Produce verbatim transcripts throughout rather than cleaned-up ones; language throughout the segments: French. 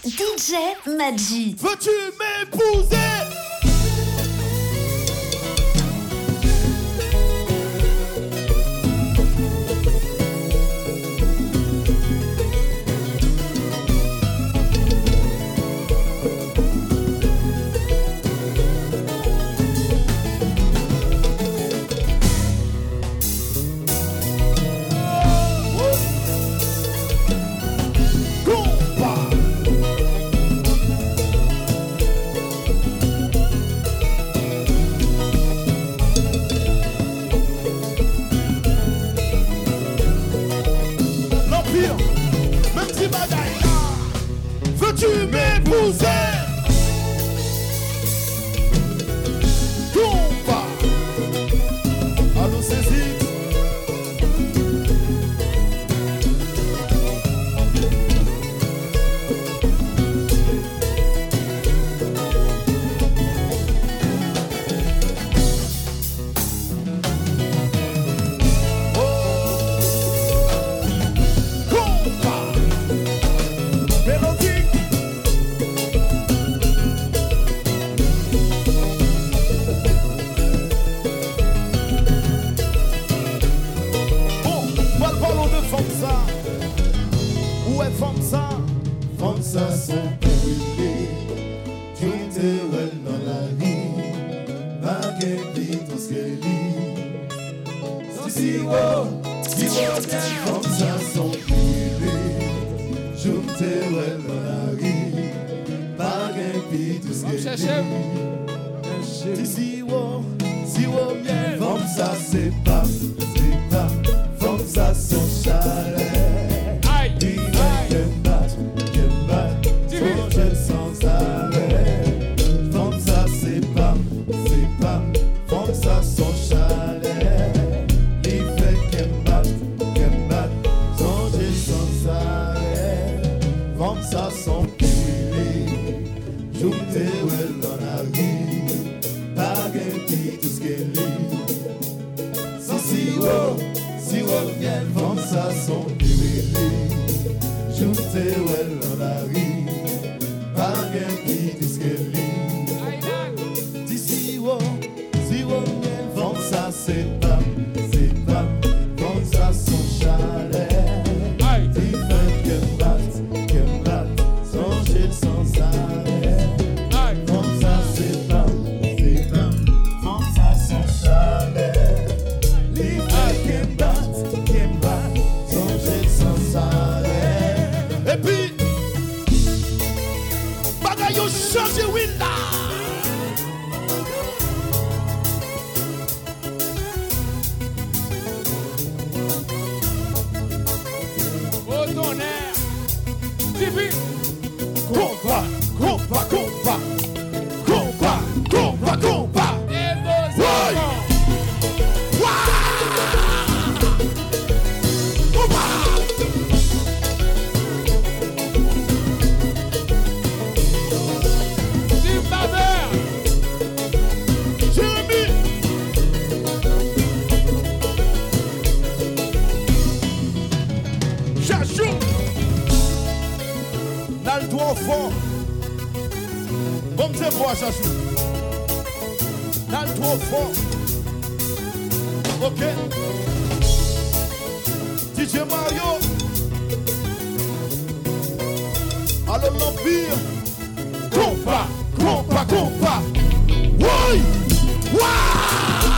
D J Madji. Veux-tu m'épouser? Veux-tu m'épouser? Compa. Allô Cécile? Ça sont brûlés, tu t'es well dans la vie, pas qu'un vite en skelly. Si wo, si wo, comme ça sont brûlés, tu t'es well dans la vie, pas qu'un vite en skelly. Si wo, si wo, bien, comme ça c'est pas, c'est pas, comme ça sont chalet. Sans arrêt, comme ça c'est pas, c'est pas, comme ça son chalet. Il fait qu'elle batte, qu'elle batte, songer sans arrêt, comme ça son pili. Joutez well dans la vie, pas qu'un petit tout ce qu'elle lit. Sans si haut, si haut bien, comme ça son pili. Joutez well dans la vie. D'ici, oh, si oh, comme ça c'est pas, c'est pas, comme ça son chalet. Il fait qu'elle batte, qu'elle batte, songer sans arrêt. Comme ça c'est pas, c'est pas, comme ça son chalet. Il fait qu'elle batte, qu'elle batte, songer sans arrêt. Et puis yo change Winda. Au tonnerre. Tipi. Compa, compa, compa. Compa, compa, compa. Et vos enfants. Trop fort, comme c'est moi, Chachou. Dans le trop fort, ok. D J Mario, alors l'Empire, compa, compa, compa. Oui, waouh.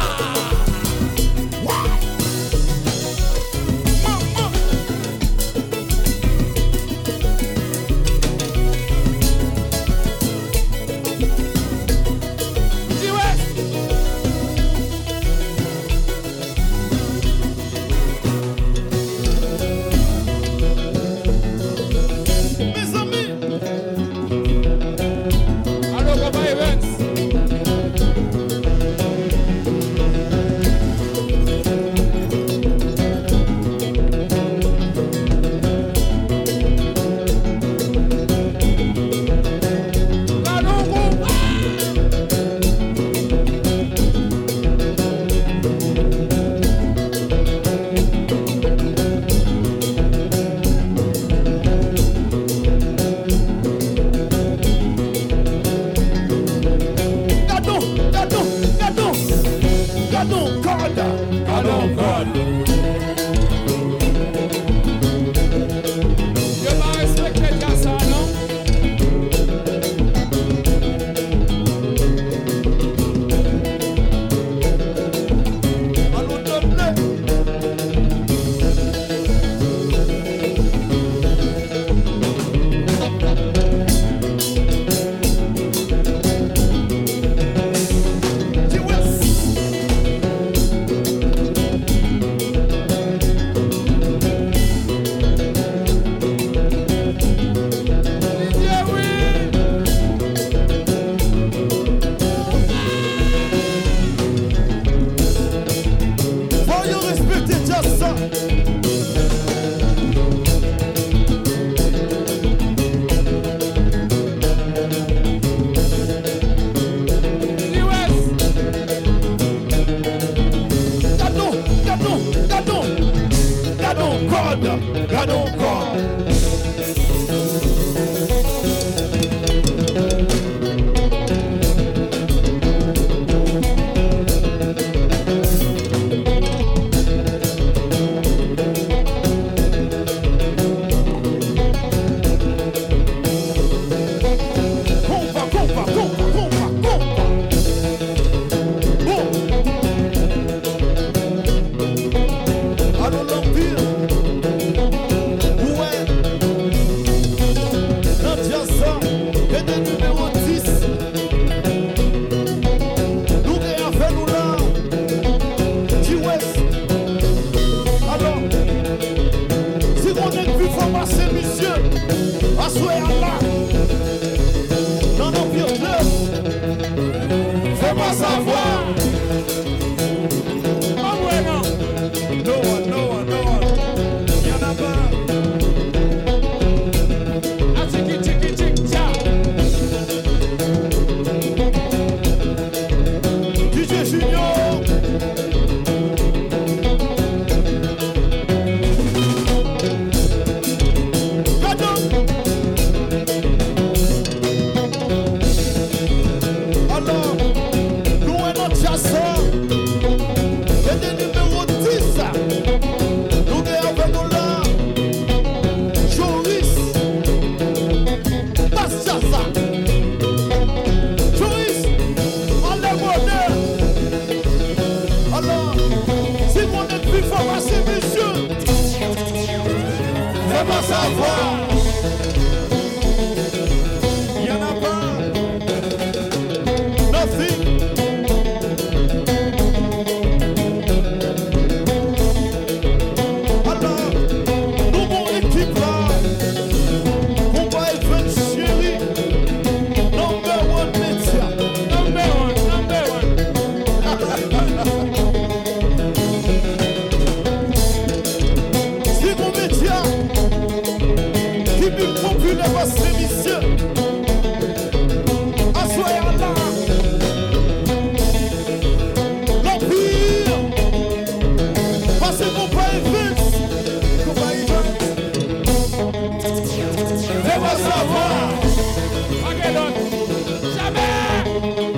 Fais-moi savoir. Maguedon. Jamais.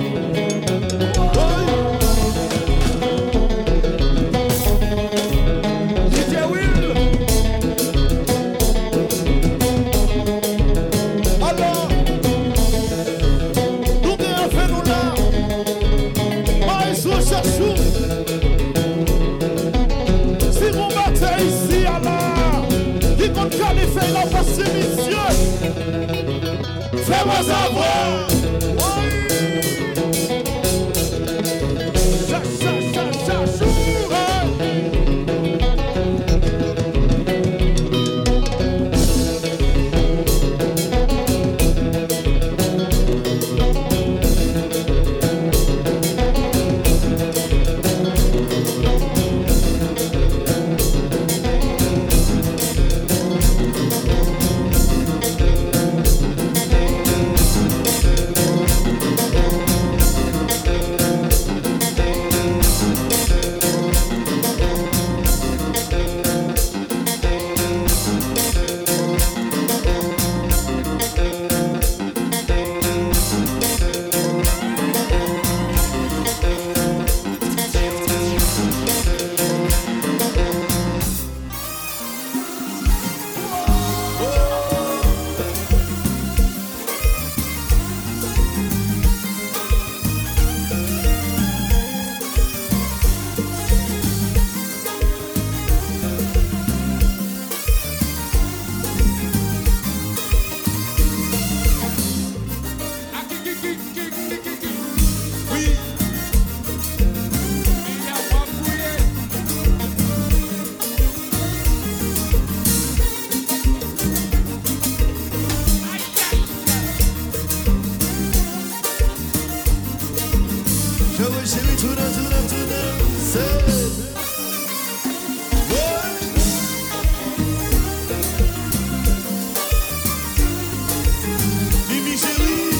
D J Will. Alors, nous devons faire nous là. Mais sur chaque jour. Si vous battez ici, alors, qui compte qualifier la passe mission. Fais-moi savoir. Cha, cha, cha, cha, chou. Je veux chérie tout le tout le tout le c'est Mimi chérie.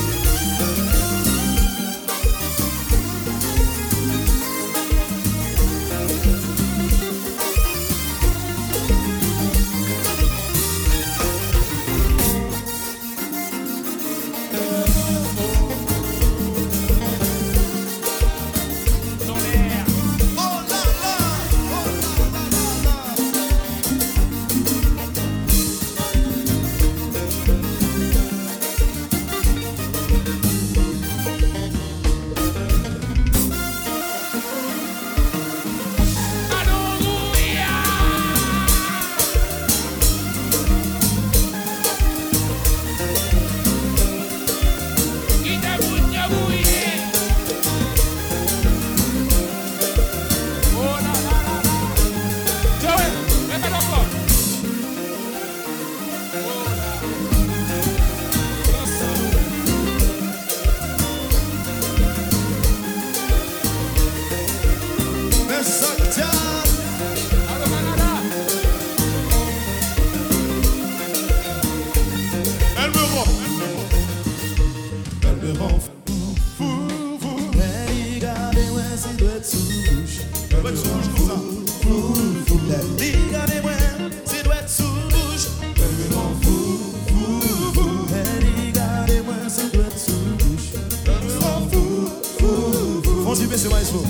Elle me rend, elle me rend fou, fou, fou. Elle regarde moi, c'est doit être sous bouche. Elle doit être sous bouche comme ça. Fou, fou. Elle regarde moi, c'est doit être sous bouche. Elle me rend fou, fou, fou. Elle regarde moi, c'est doit être sous bouche. Elle me rend fou, fou, fou. Fons-y, monsieur Maestro.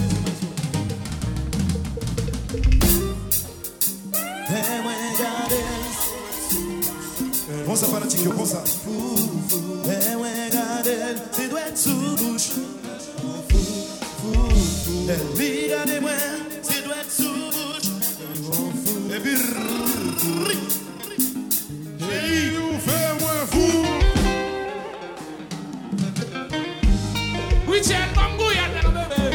Bon ça fanatique, bon ça. Eh ouais, regarde elle, c'est doit être sous bouche. Eh, regardez-moi, c'est doit être sous bouche. Et puis, et nous fait moins fou. Oui, tiens, comme Gouillard, là, bébé.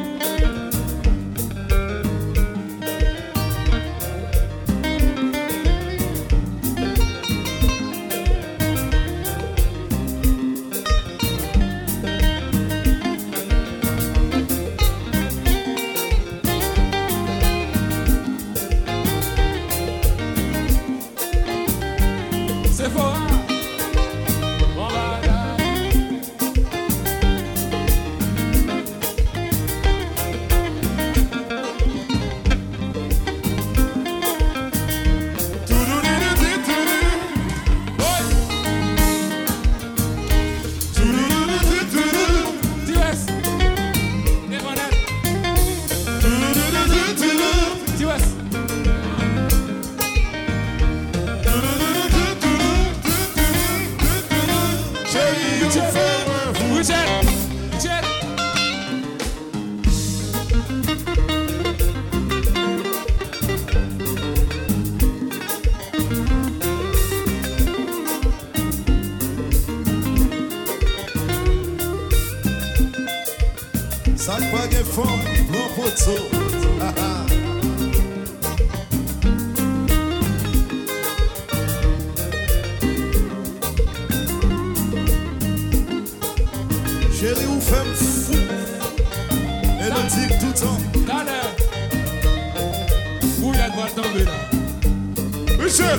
C'est fort. On va là. Ça quoi des fonds, grand poteau. Chérie, ou femme fou. Et le tic tout le temps. Regardez. Où il y a de quoi tomber là? Michel.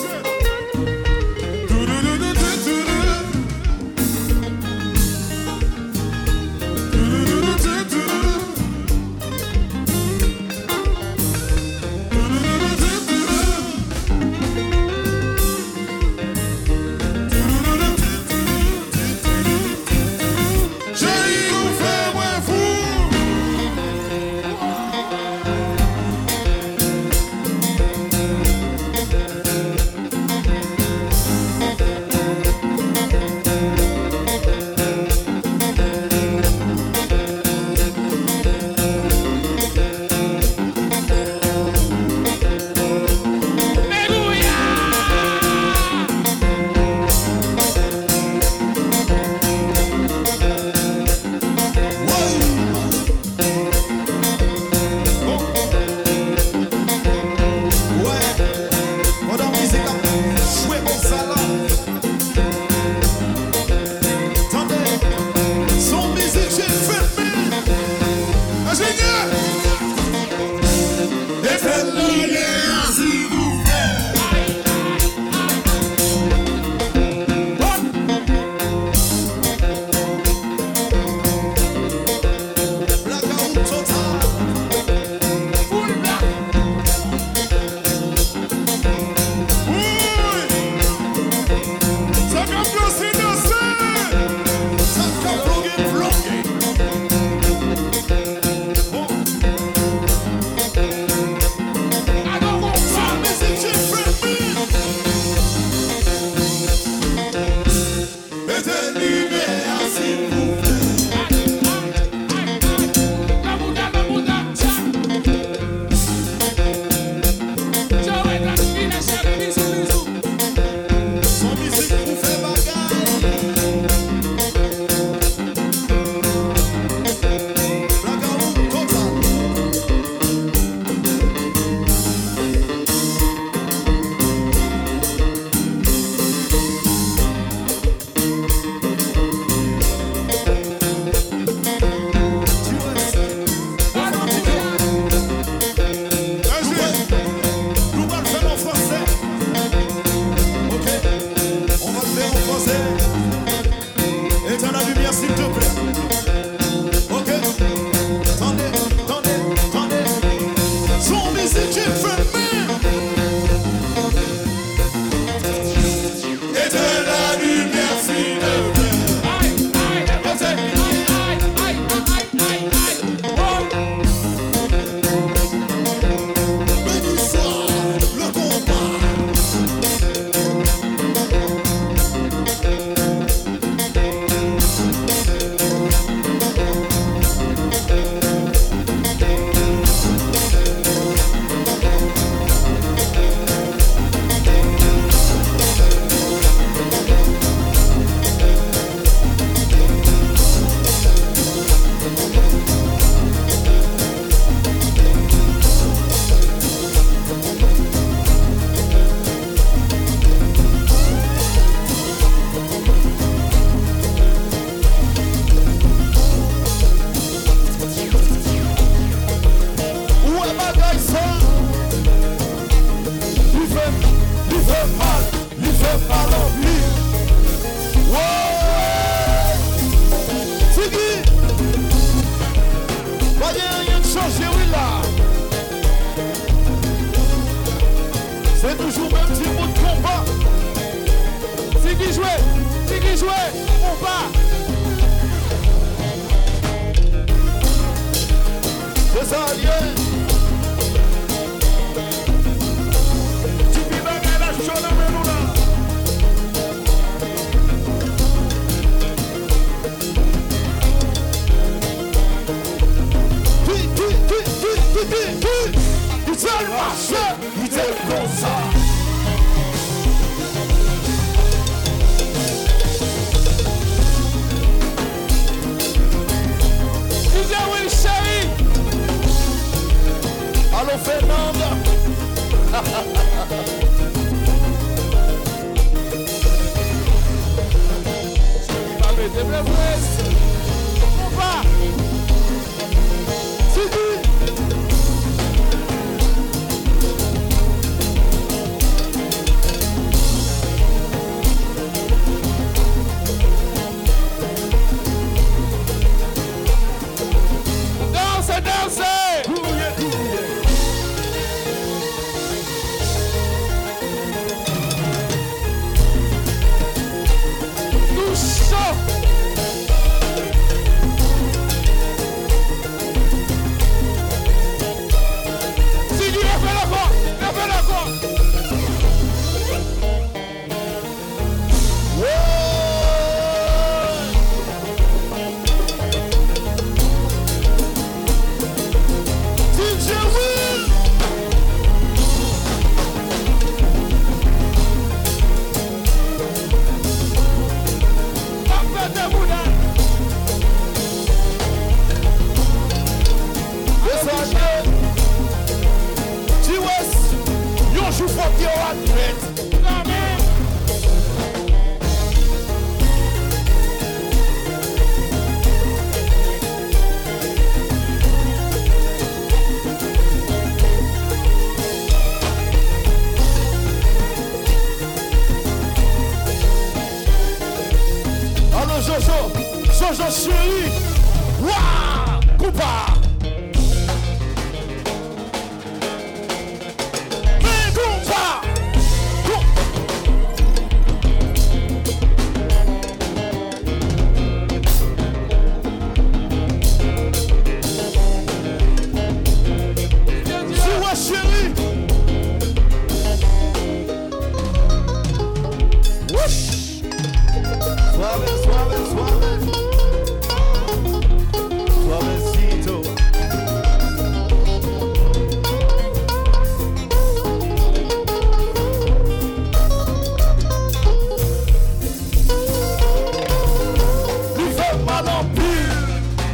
C'est toujours un petit mot de combat. C'est qui jouait, c'est qui jouait, on bat. C'est ça, yeah. Tu peux pas la chône à nous là. Jojo chéri. Waouh! Coupa! Mais coupa! Joua chéri. Wesh! Suave, suave, suave. Suavecito. Lui fait mal en pile.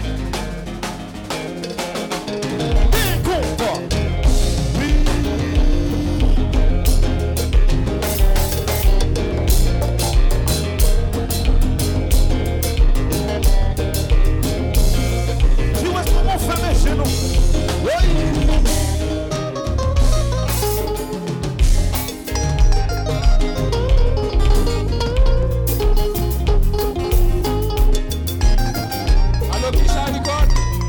Des combats. Oui. Tu vois comment on fait mes genoux. Oui. Allô, qui ça, Nicole?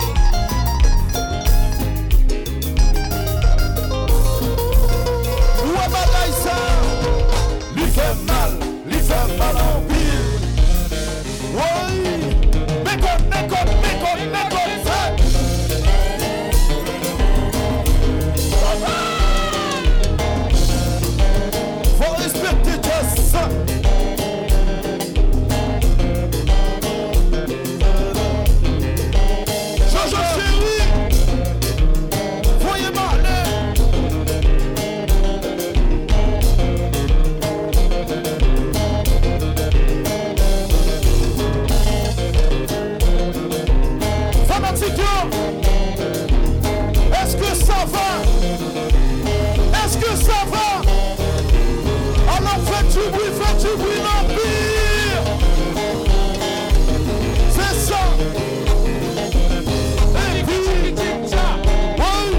Où est bagaille ça? Lui fait mal, lui fait mal en pile. Oui. Mécon, mécon, mécon, mécon, fait. Faut respecter tes ça. Jojo chéri. Voyez mal. Fanatique, est-ce que ça va? Est-ce que ça va? Alors faites du bruit, faites du bruit, l'Empire. C'est ça. Et puis, oui.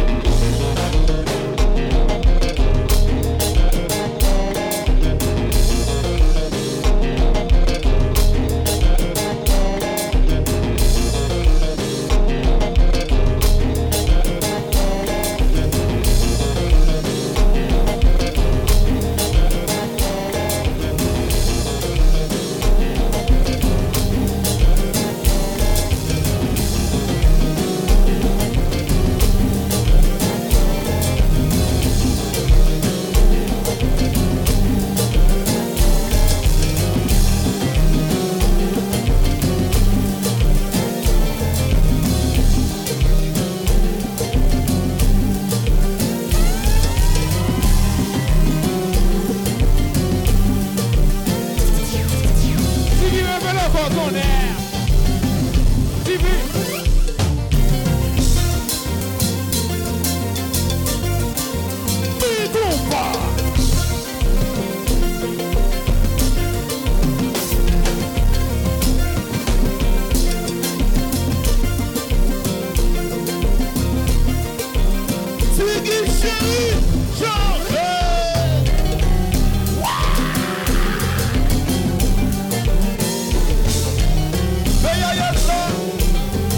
Si qui me fait le bon air. Si qui- Bidou pas. Tigui chéri, j'arrête. Mais y'a y'a ça.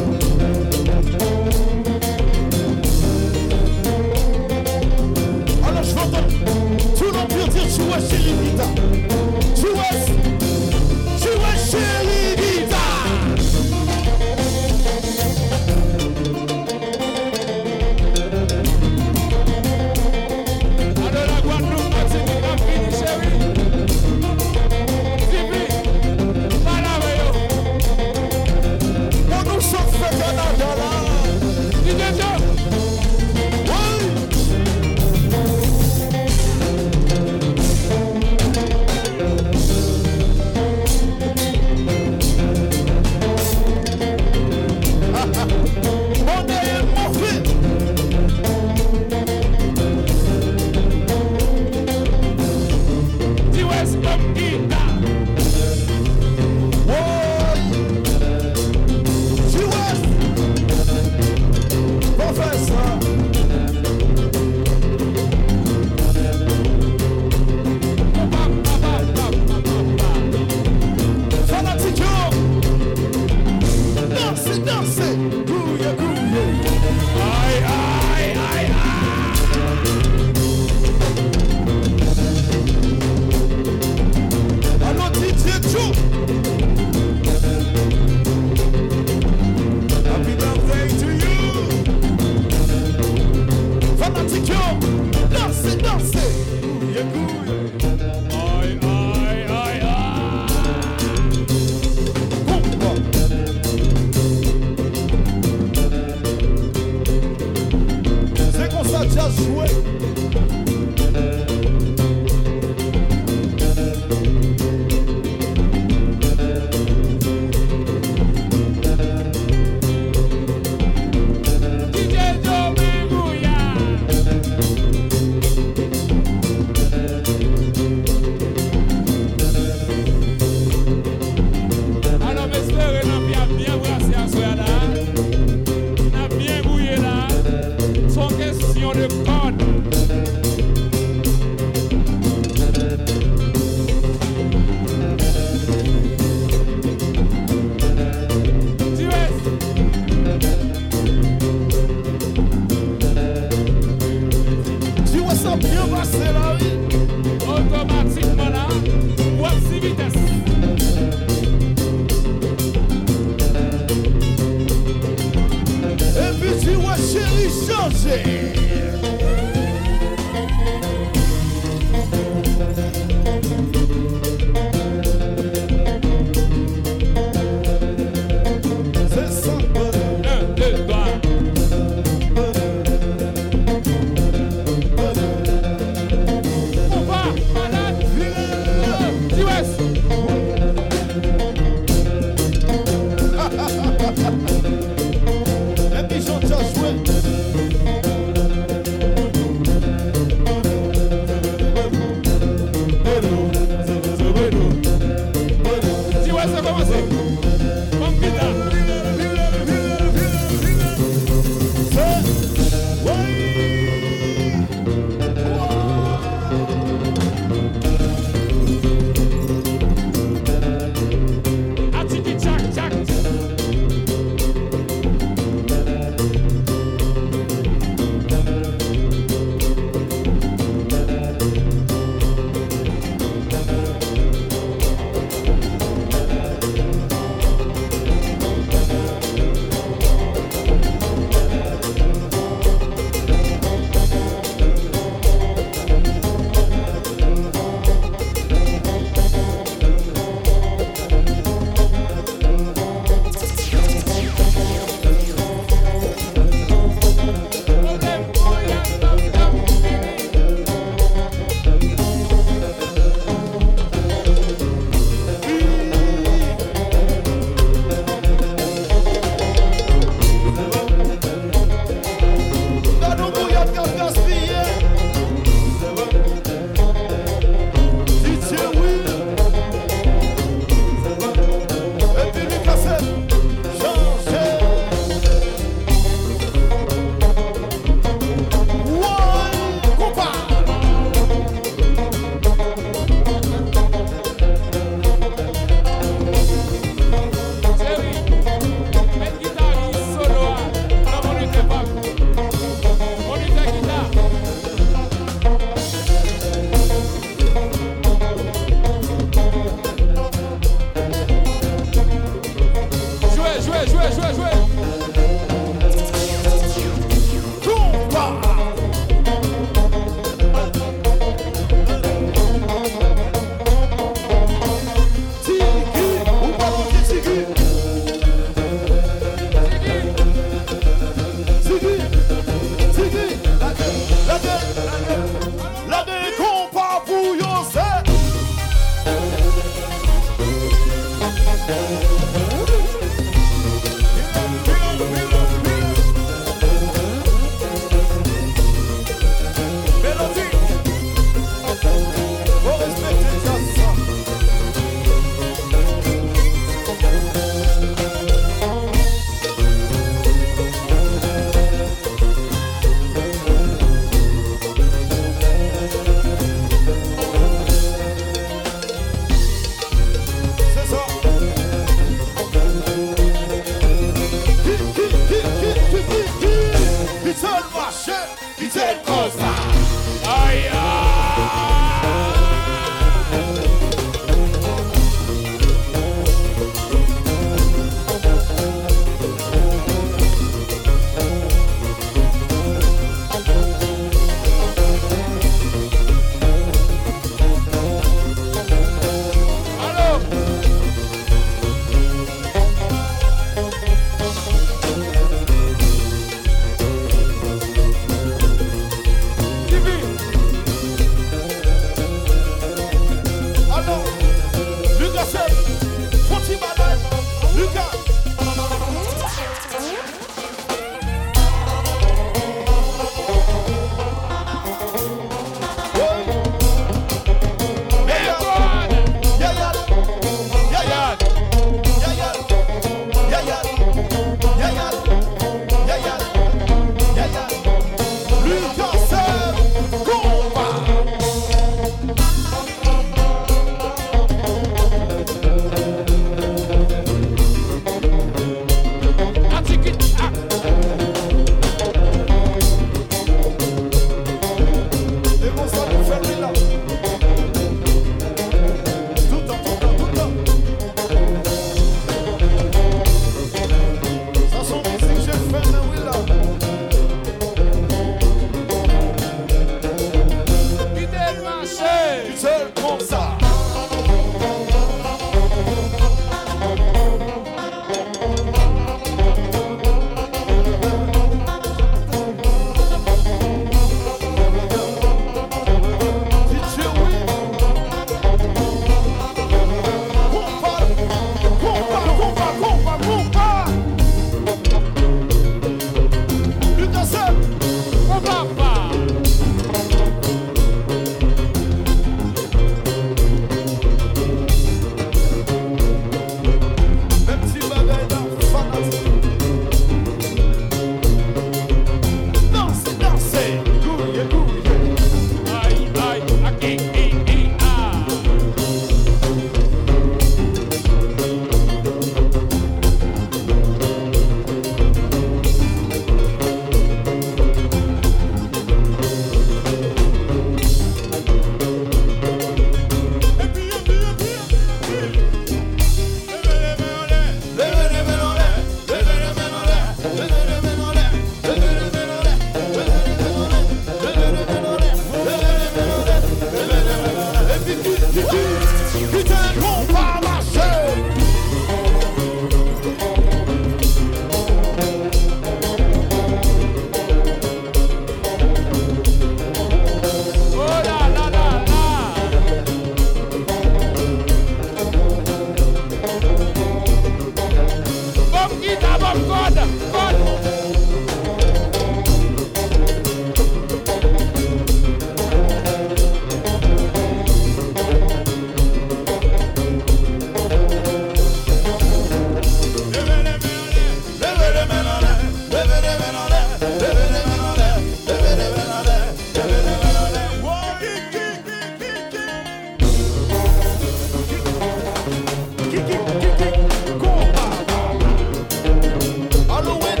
Halloween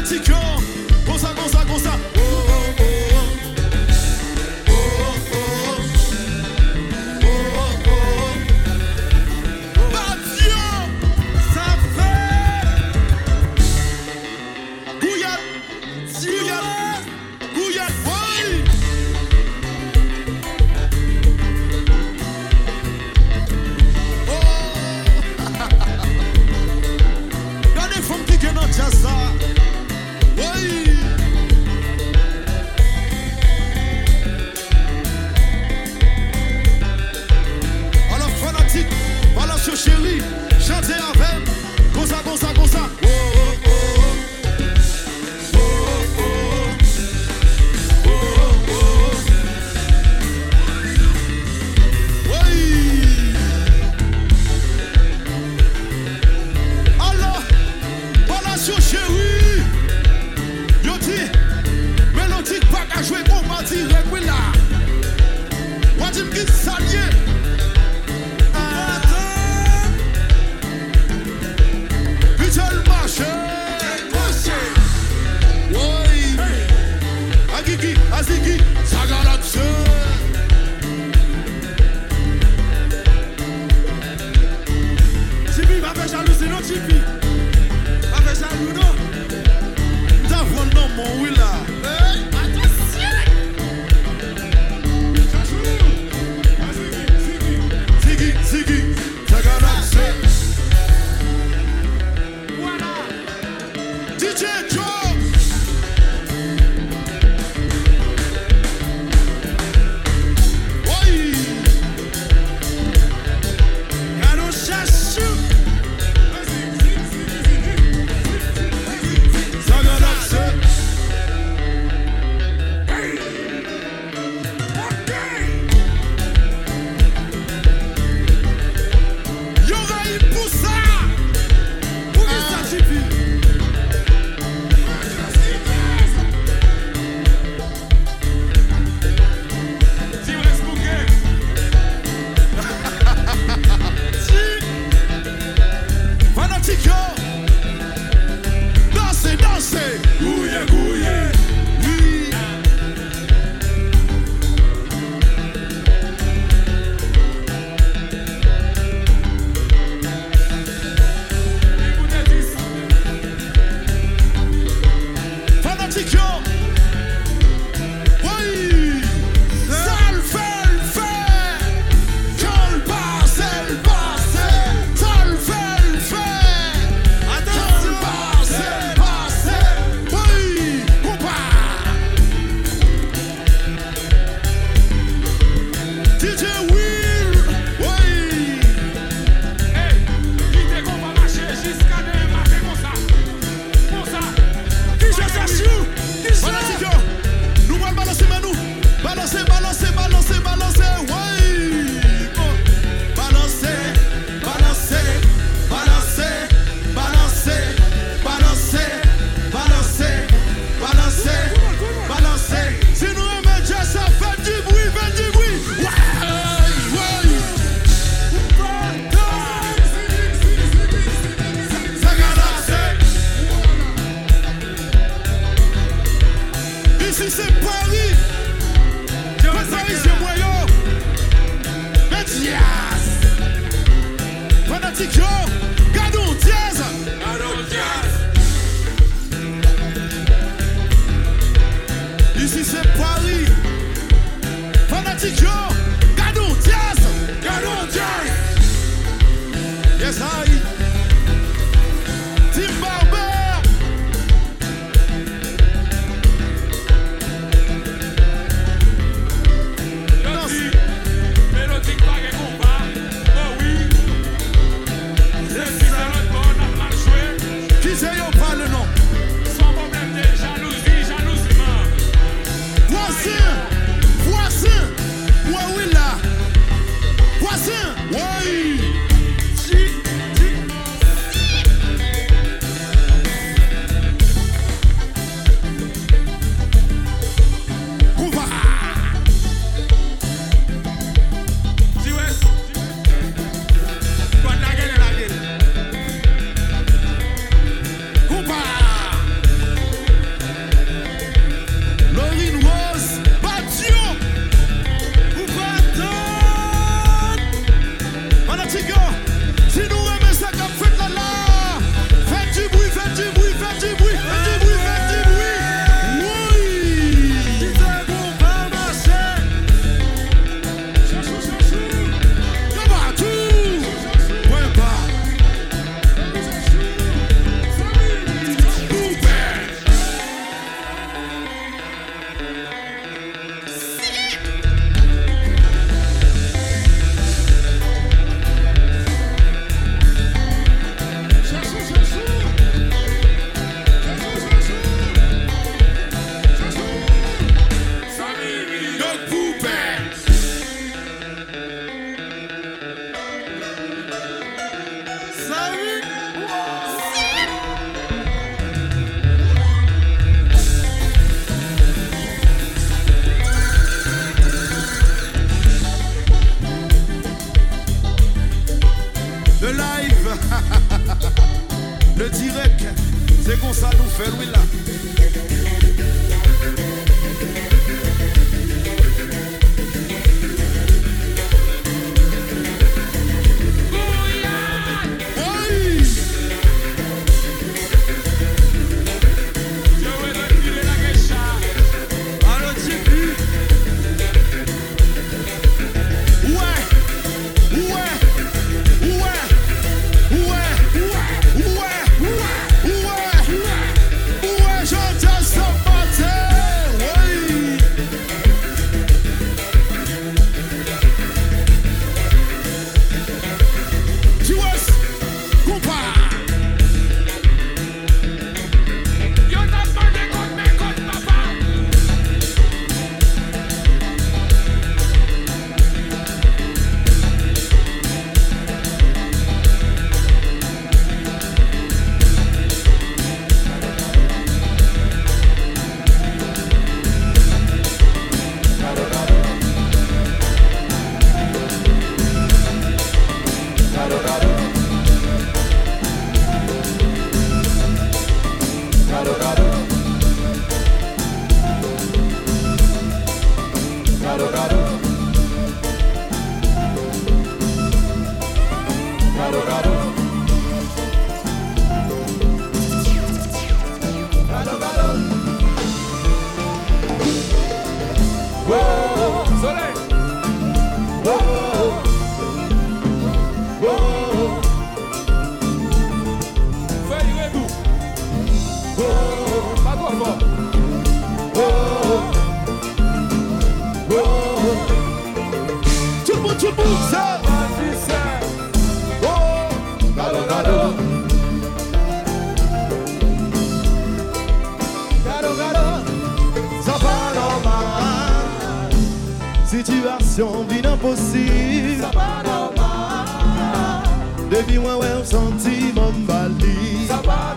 Fanatique, comme ça, comme ça, comme ça. Oh, oh, oh, oh. Oh, oh, oh. Oh, oh. Badiou, ça fait. Gouillade, Gouillade, Gouillade, oui. Regardez, faut me piquer dans le jazz. Oui. Alors fanatique, balance chéri, chantez avec, comme ça, comme ça, comme ça. Oh, oh, oh. Oh, oh, oh. Oh, oh. Oui. Alors, balance chéri. Yo dit, mélodique pas qu'à jouer pour pas dire oui là. Moi dis me salier. Vitel marché. Oui. Agigi, Azigi, ça galopse. Tipi, va faire jalousie non Tipi. Va faire jaloux non. T'as vraiment mon oui là. Hey, attention. Ziggy, Ziggy, ça galopse. Voilà. D J Joe. Oui. Allons chercher. Ça galopse. Y'aura eu pour ça. Pour qui ça Tipi? Fanatique yo. Dansez, dansez. Gouye, gouye. Oui. Fanatique yo. Oui. Ça le fait, le fait. Je le passe, le passe. Ça le fait, le fait. Attention. Passe, passe. Oui. Compa. D J Will. Oui. Hey, quittez qu'on va marcher jusqu'à demain matin comme ça. Comme ça. Qui je cherche you? Qui je Fanatique yo. Nous allons balancer mais nous. Balancer, balancer, balancer, balancer. Oui. Balancer, balancer, balancer, balancer, balancer, balancer, balancer, balancer. Si nous aimons Dieu, ça fait du bruit, fait du bruit. Ouais, ouais. Ça galopse. Ici c'est Paris. Paris c'est moyen. Medias. Fanatique yo. Gadou Diaz. Ici c'est Paris. Fanatique yo. Gadou Diaz. Gadou Diaz. Yes I. Tim Barber. Mélodique pas qu'un combat. Oh oui. comme ça, nous faire, oui, là. Situation bien impossible. Ça va normal. Depuis moi, ouais, on sentit mon bali. Ça va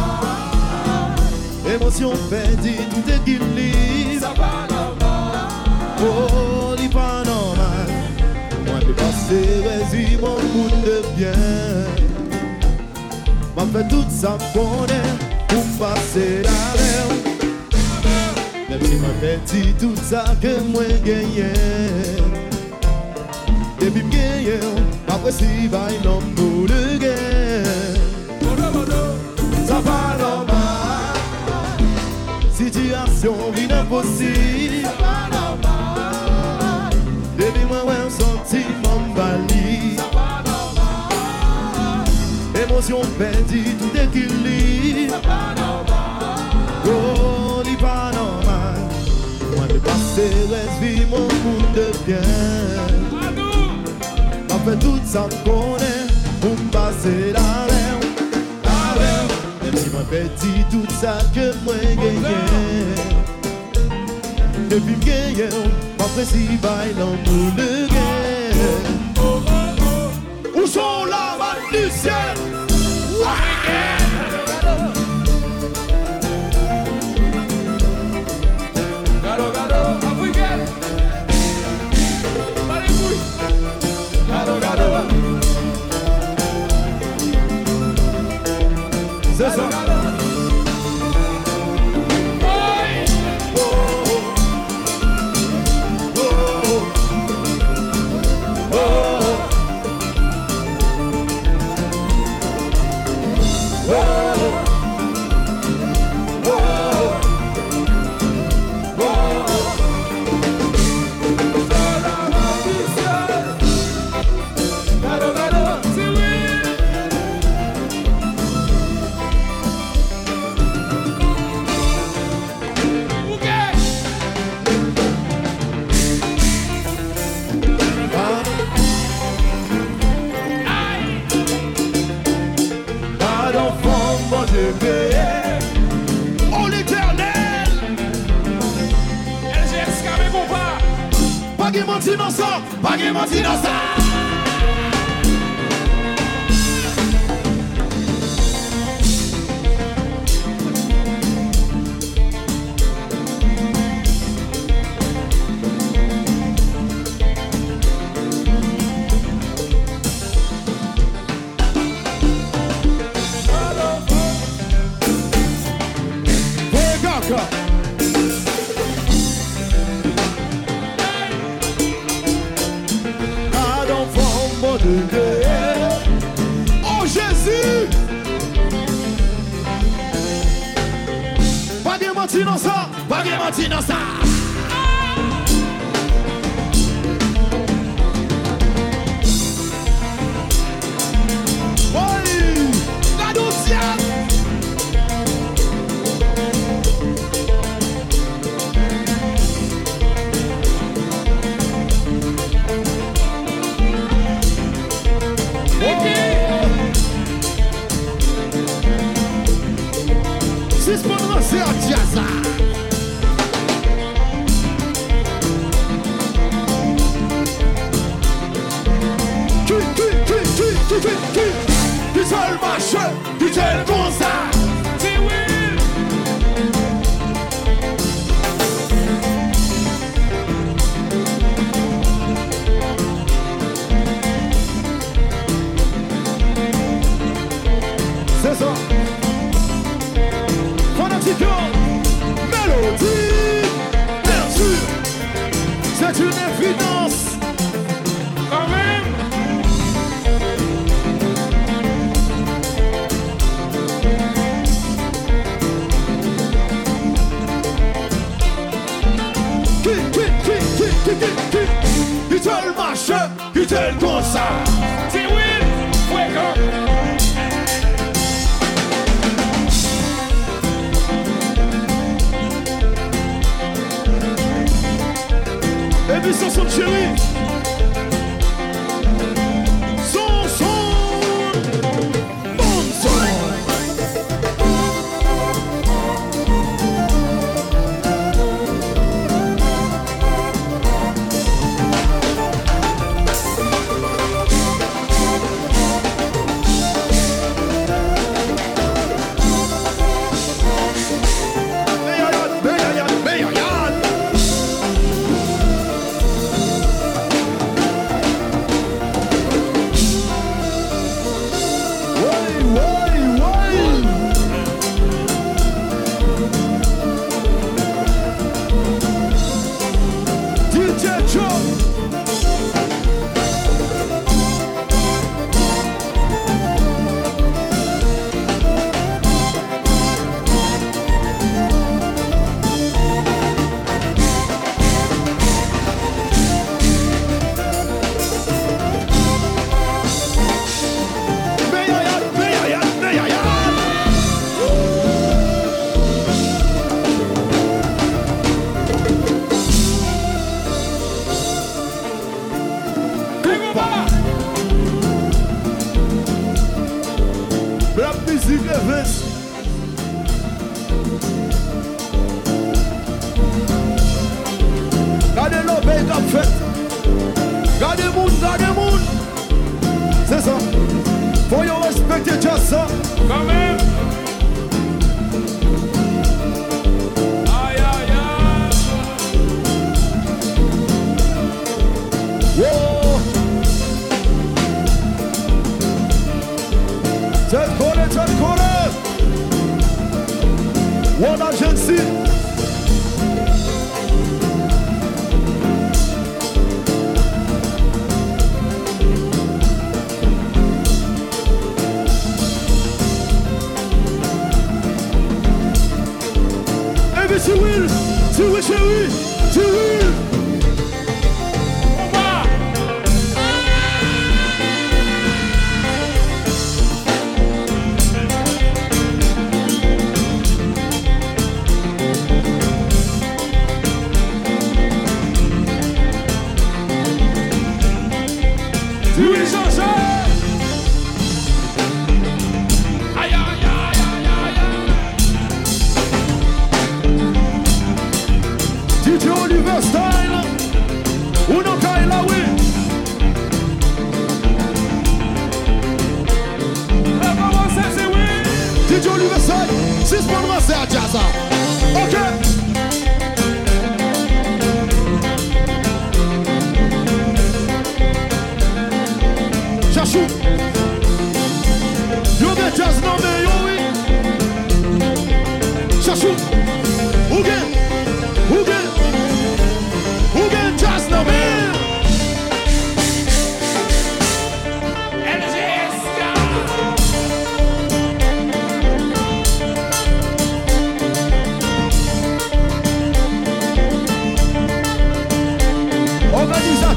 normal. Émotion perdue, tout équilibre. Ça va normal. Oh, il pas normal. Moi, je passer, résume mon monde de bien. M'a fait tout ça pour pour passer la mer. Même si m'a fait dit tout ça que moi gagné. Depuis me gagné, après si va il en nous le gain. Ça va normal. Situation vie impossible. Ça va normal. Depuis moi ouais on sentit mon bali. Ça va normal. Émotion perdue, tout équilibre. Ça va normal. Oh, il pas normal. Moi de passer reste vie mon monde de bien. M'a fait tout ça qu'on est pour me passer la mer. La mer. Même si m'a fait dit tout ça que moi gagné. Depuis me gagné, après si bail dans mon de guerre. Où sont la main du ciel? Gado, gado, africaine. Pas les couilles. Gado, gado. C'est ça. Oh l'éternel. L G S K mes compas. Pas de mentir dans ça, pas de mentir dans ça. encore. Adam forme de guerre. Oh Jésus! Pas de mentir dans ça, pas de mentir dans ça. Oui, la douzième. C'est pour nous lancer à Diaza. Qui, qui, qui, qui, qui, qui, qui, qui seul marche, qui seul comme ça. C'est Will. C'est ça. Mélodie, bien sûr, c'est une évidence. Quand même. Qui, qui, qui, qui, qui, qui, qui, qui te le marche, qui te le comme ça. C'est Will. Wake up. Et puis son son chéri. Son son. Bon son. La musique est veste. Gardez l'obéi qu'a fait. Gardez le monde, gardez le monde. C'est ça. Faut y respecter déjà ça. Quand même. Aïe, aïe, aïe. Wow. C'est collé, c'est collé. One agency. Tu will, tu will, chérie, tu will. On va. Tu will changer. Aïe, aïe, aïe, aïe, aïe, aïe. D J Oliver Style.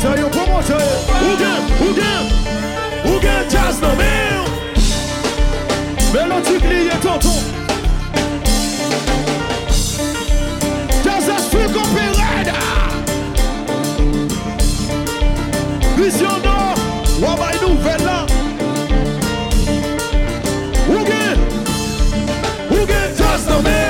promoteur, yo promoteur. Ou gen, ou gen, ou gen jazz nan men. Mélodique lié tonton. Jazz esprit compérade. Vision d'or, wabay nouvelle là. Ou gen, ou gen jazz nan men.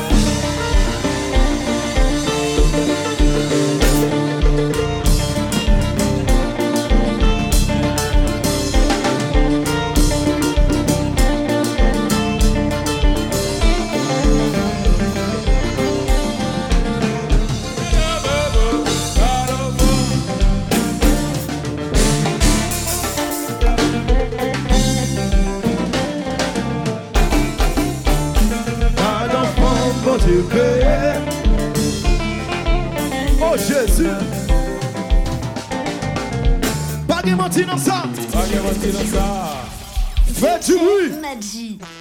Oh Jésus, pas de mentir dans ça, Pas de mentir dans ça. fais du bruit. Magie.